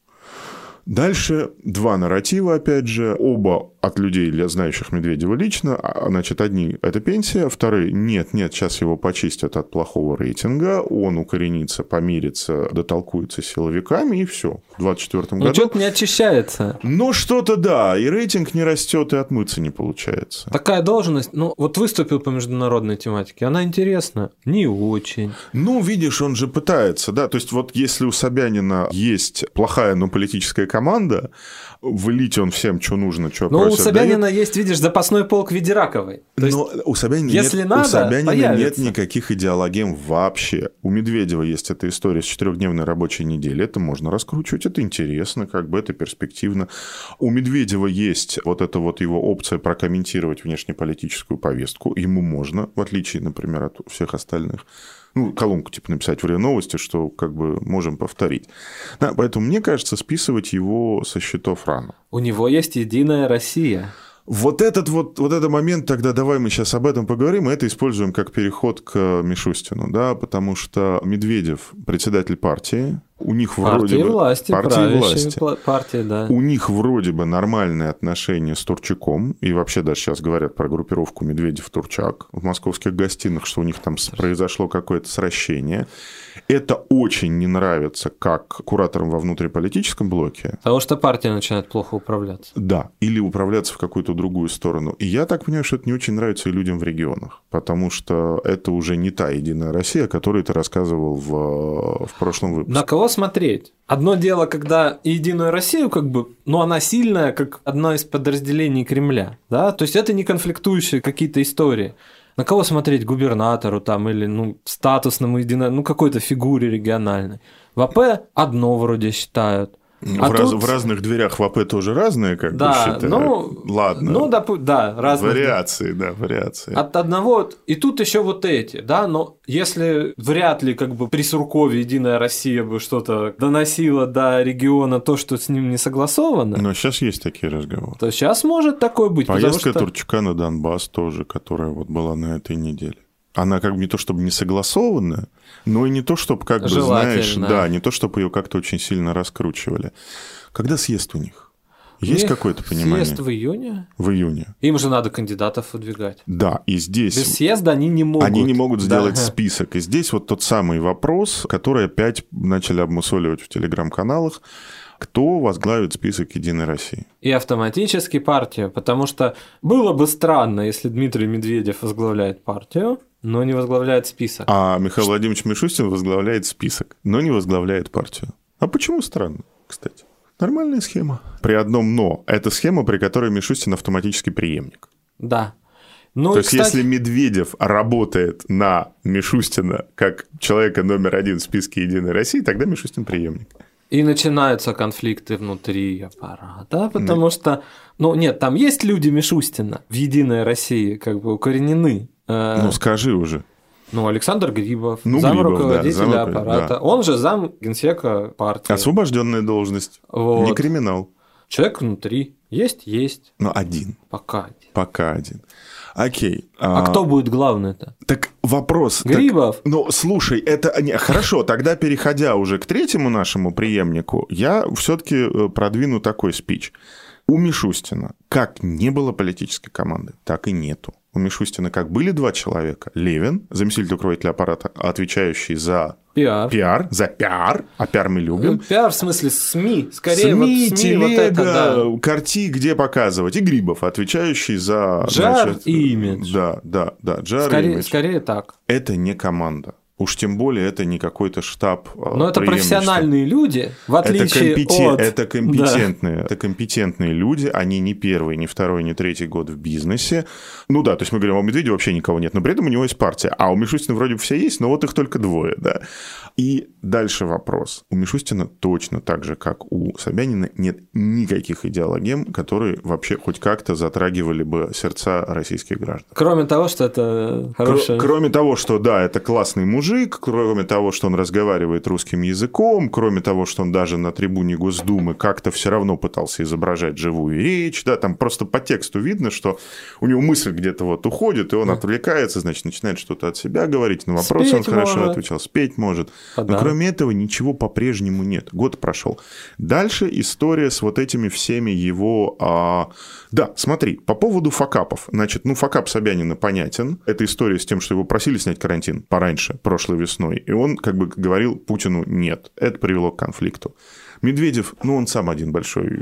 Дальше два нарратива, опять же, оба от людей, знающих Медведева лично. Значит, одни – это пенсия, вторые – нет, нет, сейчас его почистят от плохого рейтинга, он укоренится, помирится, дотолкуется с силовиками, и все. В двадцать четвёртом году... Ну, что-то не очищается. Но что-то, да, и рейтинг не растет, и отмыться не получается. Такая должность, ну, вот выступил по международной тематике, она интересна? Не очень. Ну, видишь, он же пытается, да, то есть вот если у Собянина есть плохая, но политическая команда, влить он всем, что нужно, что но просят. Но у Собянина дает. есть, видишь, запасной полк в виде Раковой. То есть, но у Собянина, если нет, надо, у Собянина появится. нет никаких идеологем вообще. У Медведева есть эта история с четырехдневной рабочей неделей. Это можно раскручивать, это интересно, как бы это перспективно. У Медведева есть вот эта вот его опция прокомментировать внешнеполитическую повестку. Ему можно, в отличие, например, от всех остальных. Ну, колонку типа написать в РИА Новости, что как бы можем повторить. Да, поэтому, мне кажется, списывать его со счетов рано. У него есть «Единая Россия». Вот этот вот, вот этот момент, тогда давай мы сейчас об этом поговорим, и это используем как переход к Мишустину, да, потому что Медведев председатель партии, У них вроде партии бы... власти, партии власти. партии, да. У них вроде бы нормальные отношения с Турчаком, и вообще даже сейчас говорят про группировку Медведев-Турчак в московских гостиных, что у них там произошло какое-то сращение. Это очень не нравится как кураторам во внутриполитическом блоке. Потому что партия начинает плохо управляться. Да, или управляться в какую-то другую сторону. И я так понимаю, что это не очень нравится и людям в регионах, потому что это уже не та Единая Россия, о которой ты рассказывал в, в прошлом выпуске. На кого смотреть? Одно дело, когда Единую Россию, как бы, ну, она сильная, как одно из подразделений Кремля, да, то есть это не конфликтующие какие-то истории. На кого смотреть? Губернатору там или, ну, статусному едино... ну, какой-то фигуре региональной. В АП одно вроде считают. В, а раз, тут... в разных дверях в АП тоже разные, как да, бы считают. Ну, ладно. Ну, допу... да, разные. Вариации, да, вариации. От одного, и тут еще вот эти, да, но если вряд ли как бы при Суркове Единая Россия бы что-то доносила до региона то, что с ним не согласовано. Но сейчас есть такие разговоры. То сейчас может такое быть. Поездка что... Турчака на Донбасс тоже, которая вот была на этой неделе. Она как бы не то чтобы не согласованная, но и не то чтобы, как бы, знаешь, да, не то чтобы ее как-то очень сильно раскручивали. Когда съезд у них? Есть них какое-то понимание? Съезд в июне? В июне. Им же надо кандидатов выдвигать. Да, и здесь... Без съезда они не могут. Они не могут сделать да. список. И здесь вот тот самый вопрос, который опять начали обмусоливать в телеграм-каналах. Кто возглавит список Единой России? И автоматически партию, потому что было бы странно, если Дмитрий Медведев возглавляет партию, но не возглавляет список. А Михаил Владимирович Мишустин возглавляет список, но не возглавляет партию. А почему странно, кстати? Нормальная схема. При одном «но». Это схема, при которой Мишустин автоматически преемник. Да. Ну, То и, есть, кстати... если Медведев работает на Мишустина как человека номер один в списке Единой России, тогда Мишустин преемник. И начинаются конфликты внутри аппарата, потому mm. что, ну нет, там есть люди Мишустина в Единой России, как бы укоренены. Ну скажи уже. Ну, Александр Грибов, ну, зам Грибов, руководителя да, зам... аппарата. Да. Он же зам генсека партии. Освобожденная должность. Вот. Не криминал. Человек внутри. Есть, есть. Но один. Пока один. Пока один. Окей. А, а кто будет главный-то? Так вопрос. Грибов. Так, ну, слушай, это не хорошо. Тогда, переходя уже к третьему нашему преемнику, я все-таки продвину такой спич. У Мишустина как не было политической команды, так и нету. У Мишустина как были два человека. Левин, заместитель руководителя аппарата, отвечающий за пиар, пиар за пиар, а пиар мы любим. Пиар в смысле СМИ, скорее СМИ, вот СМИ, телега, вот это, да. карти, где показывать. И Грибов, отвечающий за... Джар значит, и имидж. Да, да, да, джар скорее, и имидж. Скорее так. Это не команда. Уж тем более это не какой-то штаб. Но это профессиональные люди, в отличие это компети... от... Это компетентные, да. это компетентные люди, они не первый, не второй, не третий год в бизнесе. Ну да, то есть мы говорим, а у Медведева вообще никого нет, но при этом у него есть партия. А у Мишустина вроде бы все есть, но вот их только двое, да. И дальше вопрос. У Мишустина точно так же, как у Собянина, нет никаких идеологем, которые вообще хоть как-то затрагивали бы сердца российских граждан. Кроме того, что это хороший... Кроме того, что да, это классный мужик, кроме того, что он разговаривает русским языком, кроме того, что он даже на трибуне Госдумы как-то все равно пытался изображать живую речь, да, там просто по тексту видно, что у него мысль где-то вот уходит, и он да. отвлекается, значит, начинает что-то от себя говорить, на вопросы он хорошо может. отвечал, спеть может. А Но да. кроме этого ничего по-прежнему нет. Год прошел. Дальше история с вот этими всеми его... А... Да, смотри, по поводу факапов. Значит, ну, факап Собянина понятен. Это история с тем, что его просили снять карантин пораньше, прошлой весной. И он как бы говорил Путину нет. Это привело к конфликту. Медведев, ну, он сам один большой...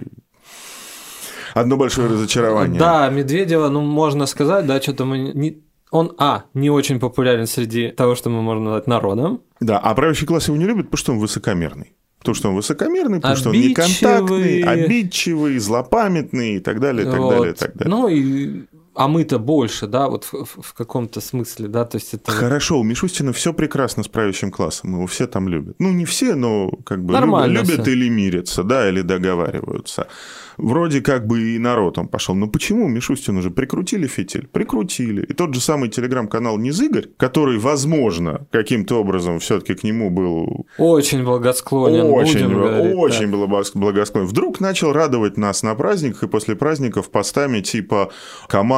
Одно большое разочарование. Да, Медведева, ну, можно сказать, да, что-то мы... Не... Он, а, не очень популярен среди того, что мы можем назвать народом. Да, а правящий класс его не любит, потому что он высокомерный. Потому что он высокомерный, потому что он неконтактный, обидчивый, злопамятный и так далее, и так вот. далее, и так далее. Ну и... А мы-то больше, да, вот в, в каком-то смысле, да, то есть это... Хорошо, у Мишустина все прекрасно с правящим классом, его все там любят. Ну, не все, но как бы Нормально любят все. Или мирятся, да, или договариваются. Вроде как бы и народ он пошел. Но почему Мишустину уже прикрутили фитиль? Прикрутили. И тот же самый телеграм-канал Низыгорь, который, возможно, каким-то образом все-таки к нему был... Очень благосклонен. Очень, будем говорить, очень да. был благосклонен. Вдруг начал радовать нас на праздниках и после праздников постами типа команд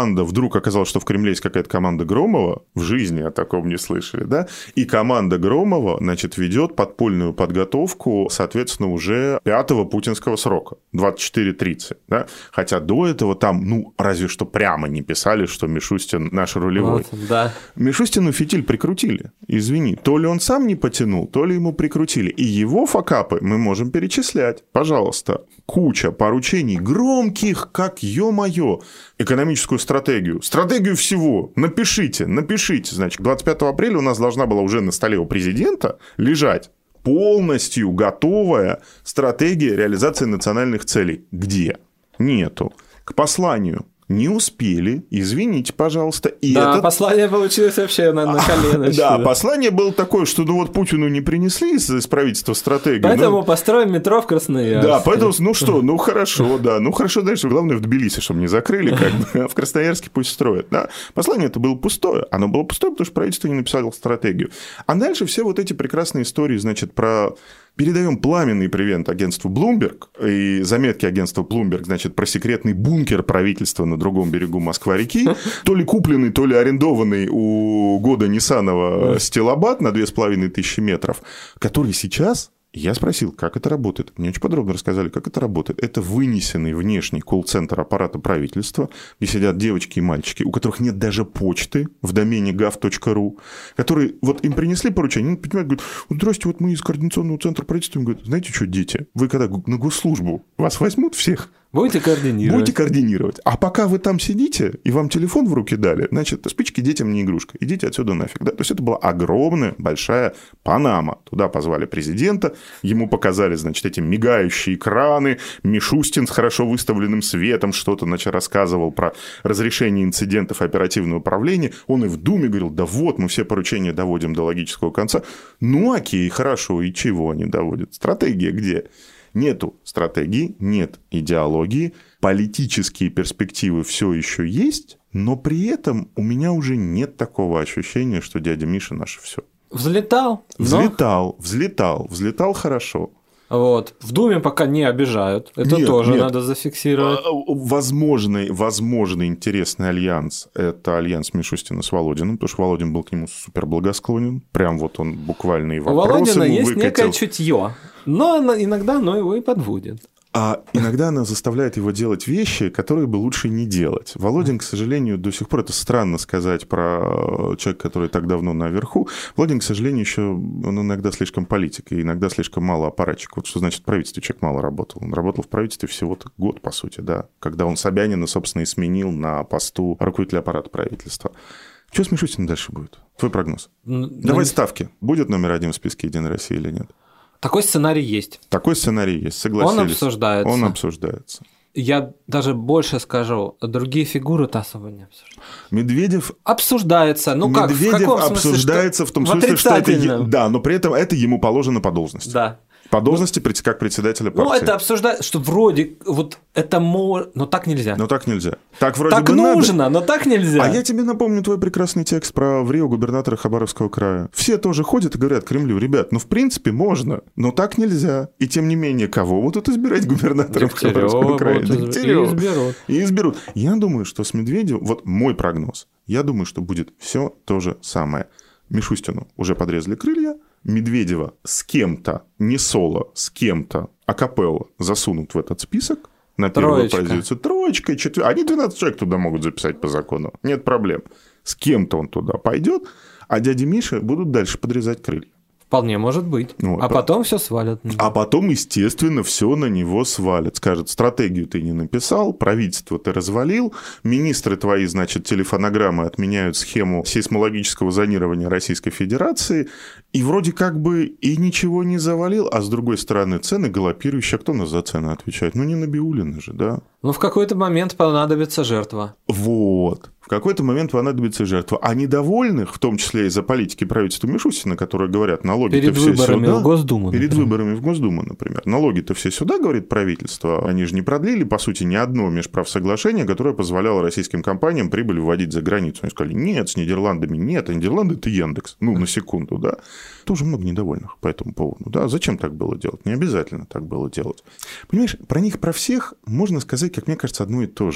команда, вдруг оказалось, что в Кремле есть какая-то команда Громова, в жизни о таком не слышали, да, и команда Громова, значит, ведет подпольную подготовку, соответственно, уже пятого путинского срока, двадцать четыре тридцать, да, хотя до этого там, ну, разве что прямо не писали, что Мишустин наш рулевой. Вот, да. Мишустину фитиль прикрутили, извини, то ли он сам не потянул, то ли ему прикрутили, и его факапы мы можем перечислять, пожалуйста, куча поручений громких, как ё-моё, экономическую стратегию, стратегию всего, напишите, напишите, значит, двадцать пятого апреля у нас должна была уже на столе у президента лежать полностью готовая стратегия реализации национальных целей. Где? Нету. К посланию не успели, извините, пожалуйста. И да, этот... послание получилось вообще на, на коленочке. Да, послание было такое, что ну вот Путину не принесли из, из правительства стратегию. Поэтому ну... построим метро в Красноярске. Да, поэтому, ну что, ну хорошо, да, ну хорошо, дальше, главное в Тбилиси, чтобы не закрыли, как бы, а в Красноярске пусть строят. Да. Послание это было пустое, оно было пустое, потому что правительство не написало стратегию. А дальше все вот эти прекрасные истории, значит, про... Передаем пламенный привет агентству Bloomberg и заметки агентства Bloomberg, значит, про секретный бункер правительства на другом берегу Москва-реки, то ли купленный, то ли арендованный у года Ниссанова стилобат на две с половиной тысячи метров, который сейчас... Я спросил, как это работает. Мне очень подробно рассказали, как это работает. Это вынесенный внешний колл-центр аппарата правительства, где сидят девочки и мальчики, у которых нет даже почты в домене гав точка ру, которые вот им принесли поручение, они понимают, говорят, здрасте, вот мы из координационного центра правительства. Им говорят, знаете что, дети, вы когда на госслужбу, вас возьмут всех? Будете координировать. Будете координировать. А пока вы там сидите, и вам телефон в руки дали, значит, спички детям не игрушка. Идите отсюда нафиг. Да? То есть, это была огромная, большая Панама. Туда позвали президента, ему показали, значит, эти мигающие экраны, Мишустин с хорошо выставленным светом что-то, значит, рассказывал про разрешение инцидентов и оперативное управление. Он и в Думе говорил, да вот, мы все поручения доводим до логического конца. Ну, окей, хорошо, и чего они доводят? Стратегия где? Нету стратегии, нет идеологии, политические перспективы все еще есть, но при этом у меня уже нет такого ощущения, что дядя Миша наше все. Взлетал. Взлетал, но... взлетал, взлетал хорошо. Вот. В Думе пока не обижают. Это нет, тоже нет. надо зафиксировать. Возможный, возможный интересный альянс – это альянс Мишустина с Володиным, потому что Володин был к нему супер благосклонен. Прям вот он буквально и вопросы ему выкатил. У Володина есть некое чутье, но иногда оно его и подводит. А иногда она заставляет его делать вещи, которые бы лучше не делать. Володин, к сожалению, до сих пор, это странно сказать про человека, который так давно наверху, Володин, к сожалению, еще он иногда слишком политик, и иногда слишком мало аппаратчик. Вот что значит в правительстве человек мало работал. Он работал в правительстве всего-то год, по сути, да, когда он Собянина, собственно, и сменил на посту руководителя аппарата правительства. Что с Мишустиным дальше будет? Твой прогноз. Ну, Давай ну... ставки. Будет номер один в списке «Единой России» или нет? Такой сценарий есть. Такой сценарий есть, согласились. Он обсуждается. Он обсуждается. Я даже больше скажу, другие фигуры-то особо не обсуждаются. Медведев... Обсуждается. Ну как, Медведев в каком смысле, обсуждается что... в том смысле, что это... Да, но при этом это ему положено по должности. Да. По должности ну, как председателя партии. Ну, это обсуждать, что вроде вот это может... Но так нельзя. Но так нельзя. Так вроде так бы нужно, надо. но так нельзя. А я тебе напомню твой прекрасный текст про в Рио губернатора Хабаровского края. Все тоже ходят и говорят Кремлю, ребят, ну в принципе можно, но так нельзя. И тем не менее, кого будут избирать губернатором Хабаровского края? Дегтярева. И изберут. И изберут. Я думаю, что с Медведевым, вот мой прогноз, я думаю, что будет все то же самое. Мишустину уже подрезали крылья, Медведева с кем-то, не соло, с кем-то, акапелла засунут в этот список на первую Троечка. позицию. Троечка, четвертая. Они двенадцать человек туда могут записать по закону. Нет проблем. С кем-то он туда пойдет, а дяде Мише будут дальше подрезать крылья. Вполне может быть. Вот. А потом все свалят. А потом, естественно, все на него свалят. Скажет, стратегию ты не написал, правительство ты развалил, министры твои, значит, телефонограммы отменяют схему сейсмологического зонирования Российской Федерации, и вроде как бы и ничего не завалил, а с другой стороны цены галопирующие. А кто у нас за цены отвечает? Ну, не Набиуллина же, да? Ну, в какой-то момент понадобится жертва. Вот. В какой-то момент понадобится жертва. А недовольных, в том числе из-за политики правительства Мишустина, которые говорят, налоги-то перед все выборами сюда. в Госдуму. Перед например. выборами в Госдуму, например. Налоги-то все сюда, говорит правительство. Они же не продлили, по сути, ни одно межправсоглашение, которое позволяло российским компаниям прибыль вводить за границу. Они сказали, нет, с Нидерландами нет, а Нидерланды – это Яндекс. Ну, на секунду, да. Тоже много недовольных по этому поводу. Да, зачем так было делать? Не обязательно так было делать. Понимаешь, про них, про всех можно сказать, как мне кажется, одно и то же.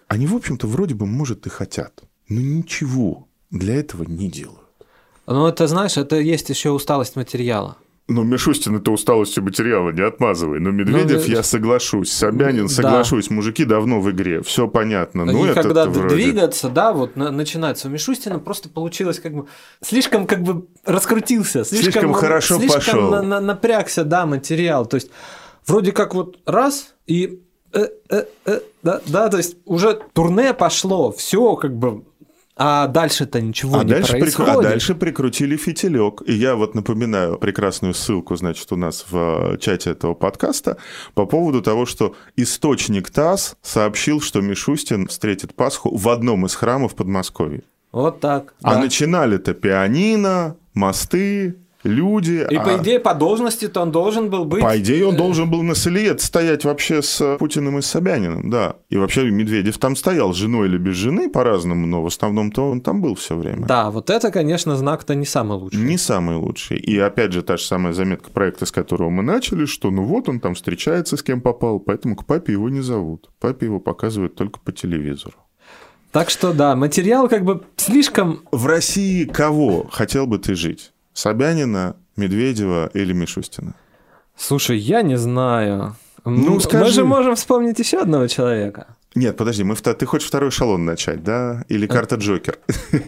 Они, в общем-то, вроде бы, может, и хотят, но ничего для этого не делают. Ну, это, знаешь, это есть еще усталость материала. Ну, Мишустин это усталостью материала, не отмазывай. Но Медведев, ну, я соглашусь. Собянин, соглашусь. Да. Мужики давно в игре, все понятно. Ну, и это когда вроде... двигаться, да, вот на, начинается. У Мишустина просто получилось как бы... Слишком как бы раскрутился. Слишком, слишком хорошо слишком пошел. На, на, напрягся, да, материал. То есть, вроде как вот раз, и... Э, э, э, да, да, то есть, уже турне пошло, все как бы... А дальше-то ничего а не дальше происходит. Прик... А дальше прикрутили фитилек. И я вот напоминаю прекрасную ссылку, значит, у нас в чате этого подкаста по поводу того, что источник ТАСС сообщил, что Мишустин встретит Пасху в одном из храмов Подмосковья. Вот так. А да. начинали-то пианино, мосты... люди. И, а... по идее, по должности-то он должен был быть... По идее, он должен был на Салиет стоять вообще с Путиным и с Собяниным, да. И вообще Медведев там стоял, с женой или без жены, по-разному, но в основном-то он там был все время. Да, вот это, конечно, знак-то не самый лучший. Не самый лучший. И опять же, та же самая заметка проекта, с которого мы начали, что ну вот он там встречается с кем попал, поэтому к папе его не зовут. Папе его показывают только по телевизору. Так что, да, материал как бы слишком... В России кого хотел бы ты жить? Собянина, Медведева или Мишустина? Слушай, я не знаю. Ну, Мы скажи. же можем вспомнить еще одного человека. Нет, подожди, мы в... ты хочешь второй эшелон начать, да? Или карта Джокер?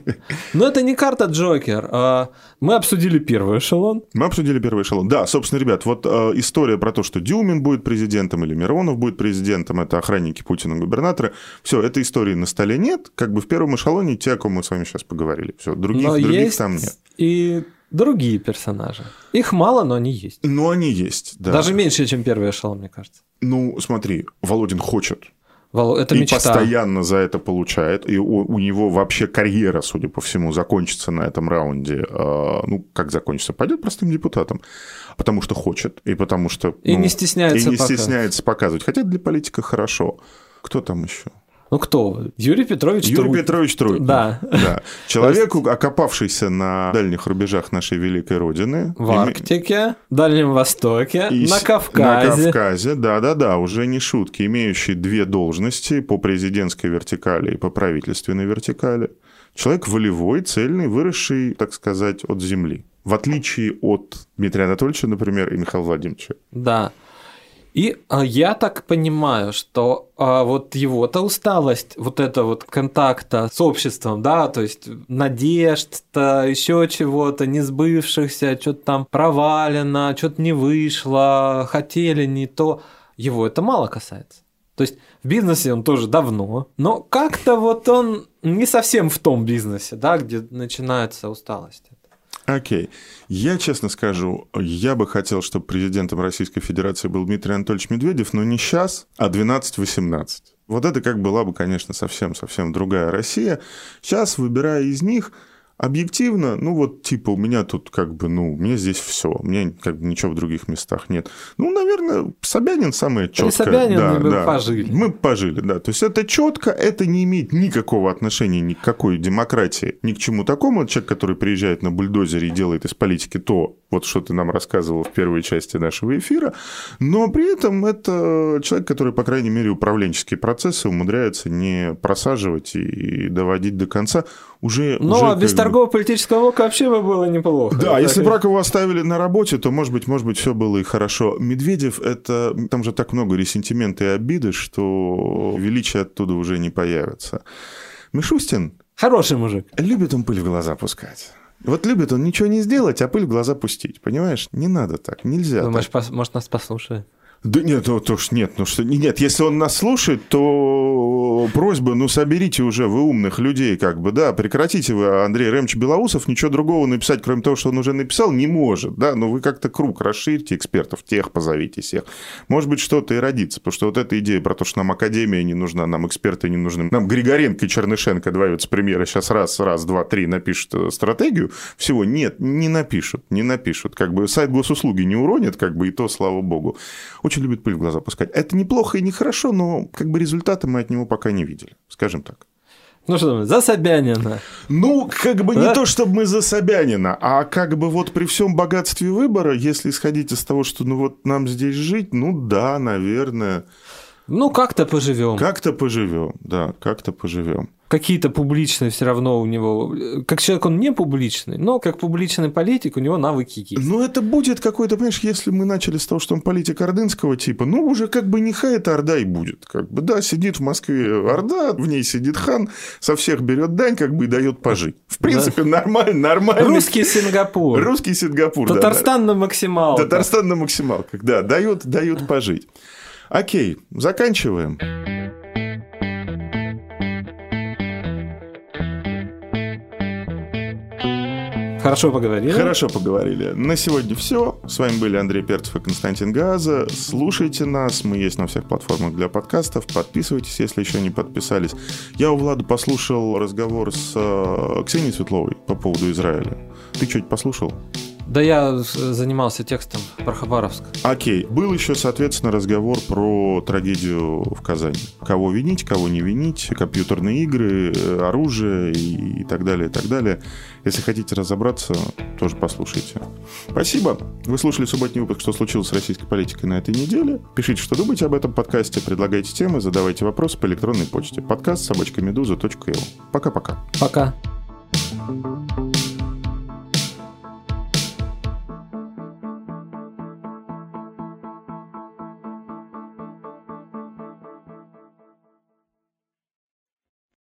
Ну, это не карта Джокер. А мы обсудили первый эшелон. Мы обсудили первый эшелон. Да, собственно, ребят, вот э, история про то, что Дюмин будет президентом или Миронов будет президентом, это охранники Путина, губернаторы. Все, этой истории на столе нет. Как бы в первом эшелоне те, о ком мы с вами сейчас поговорили. Все, других, но других есть там нет. И другие персонажи. Их мало, но они есть. Но они есть, да. Даже меньше, чем первый эшелон, мне кажется. Ну, смотри, Володин хочет. Это и мечта. Постоянно за это получает. И у, у него вообще карьера, судя по всему, закончится на этом раунде. Э, ну, как закончится? Пойдет простым депутатом. Потому что хочет. И потому что... И ну, не стесняется И не показывать. стесняется показывать. Хотя для политика хорошо. Кто там еще? Ну, кто? Юрий Петрович Юрий Трутнев. Петрович Трутнев. Да. да. Человек, окопавшийся на дальних рубежах нашей великой Родины. В Арктике, в Дальнем Востоке, и... на Кавказе. На Кавказе, да-да-да, уже не шутки. Имеющий две должности по президентской вертикали и по правительственной вертикали. Человек волевой, цельный, выросший, так сказать, от земли. В отличие от Дмитрия Анатольевича, например, и Михаила Владимировича. Да. И а, я так понимаю, что а, вот его-то усталость, вот это вот контакта с обществом, да, то есть надежд-то, еще чего-то, не сбывшихся, что-то там провалено, что-то не вышло, хотели не то, его это мало касается. То есть в бизнесе он тоже давно, но как-то вот он не совсем в том бизнесе, да, где начинается усталость. Окей. Okay. Я честно скажу, я бы хотел, чтобы президентом Российской Федерации был Дмитрий Анатольевич Медведев, но не сейчас, а двенадцать-восемнадцать. Вот это как была бы, конечно, совсем-совсем другая Россия. Сейчас, выбирая из них, объективно, ну вот типа у меня тут как бы, ну, у меня здесь все, у меня как бы ничего в других местах нет. Ну, наверное, Собянин самое четкое. При Собянине да, мы да. пожили. Мы пожили, да. То есть это четко, это не имеет никакого отношения ни к какой демократии, ни к чему такому. Человек, который приезжает на бульдозере и делает из политики то, вот что ты нам рассказывал в первой части нашего эфира, но при этом это человек, который, по крайней мере, управленческие процессы умудряется не просаживать и доводить до конца. Уже, ну, уже а без бы... торгово-политического блока вообще бы было неплохо. Да, так если и... бы Ракову оставили на работе, то, может быть, может быть, все было и хорошо. Медведев, это... там же так много ресентимента и обиды, что величие оттуда уже не появится. Мишустин... Хороший мужик. Любит он пыль в глаза пускать. Вот любит он ничего не сделать, а пыль в глаза пустить. Понимаешь? Не надо так, нельзя. Думаешь, так. пос... может, нас послушает? Да нет, ну то ж нет, ну что, нет, если он нас слушает, то просьба, ну соберите уже вы умных людей, как бы, да, прекратите вы, Андрей Ремович Белоусов, ничего другого написать, кроме того, что он уже написал, не может, да, но вы как-то круг расширьте, экспертов, тех позовите всех, может быть, что-то и родится, потому что вот эта идея про то, что нам академия не нужна, нам эксперты не нужны, нам Григоренко и Чернышенко, два вице-премьера, сейчас раз, раз, два, три напишут стратегию, всего нет, не напишут, не напишут, как бы сайт госуслуги не уронит, как бы и то, слава богу. Очень любит пыль в глаза пускать. Это неплохо и нехорошо, но как бы результаты мы от него пока не видели, скажем так. Ну что, за Собянина. Ну, как бы да? Не то, чтобы мы за Собянина, а как бы вот при всем богатстве выбора, если исходить из того, что ну вот нам здесь жить, ну да, наверное. Ну, как-то поживем. Как-то поживем, да, как-то поживем. Какие-то публичные все равно у него... Как человек он не публичный, но как публичный политик у него навыки есть. Ну, это будет какой-то, понимаешь, если мы начали с того, что он политик ордынского типа, ну, уже как бы нехай это Орда и будет. Как бы, да, сидит в Москве Орда, в ней сидит хан, со всех берет дань, как бы и дает пожить. В принципе, да. нормально, нормально. Русский Сингапур. Русский Сингапур, Татарстан да, на максималках. Татарстан на максималках, да, дает, дает пожить. Окей, заканчиваем. Хорошо поговорили. Хорошо поговорили. На сегодня все. С вами были Андрей Перцев и Константин Газа. Слушайте нас. Мы есть на всех платформах для подкастов. Подписывайтесь, если еще не подписались. Я у Влада послушал разговор с Ксенией Светловой по поводу Израиля. Ты что-нибудь послушал? Да я занимался текстом про Хабаровск. Окей. Был еще, соответственно, разговор про трагедию в Казани. Кого винить, кого не винить, компьютерные игры, оружие и так далее, и так далее. Если хотите разобраться, тоже послушайте. Спасибо. Вы слушали субботний выпуск «Что случилось с российской политикой на этой неделе?». Пишите, что думаете об этом подкасте, предлагайте темы, задавайте вопросы по электронной почте. Подкаст собачка медуза точка эл. Пока-пока. Пока. Пока.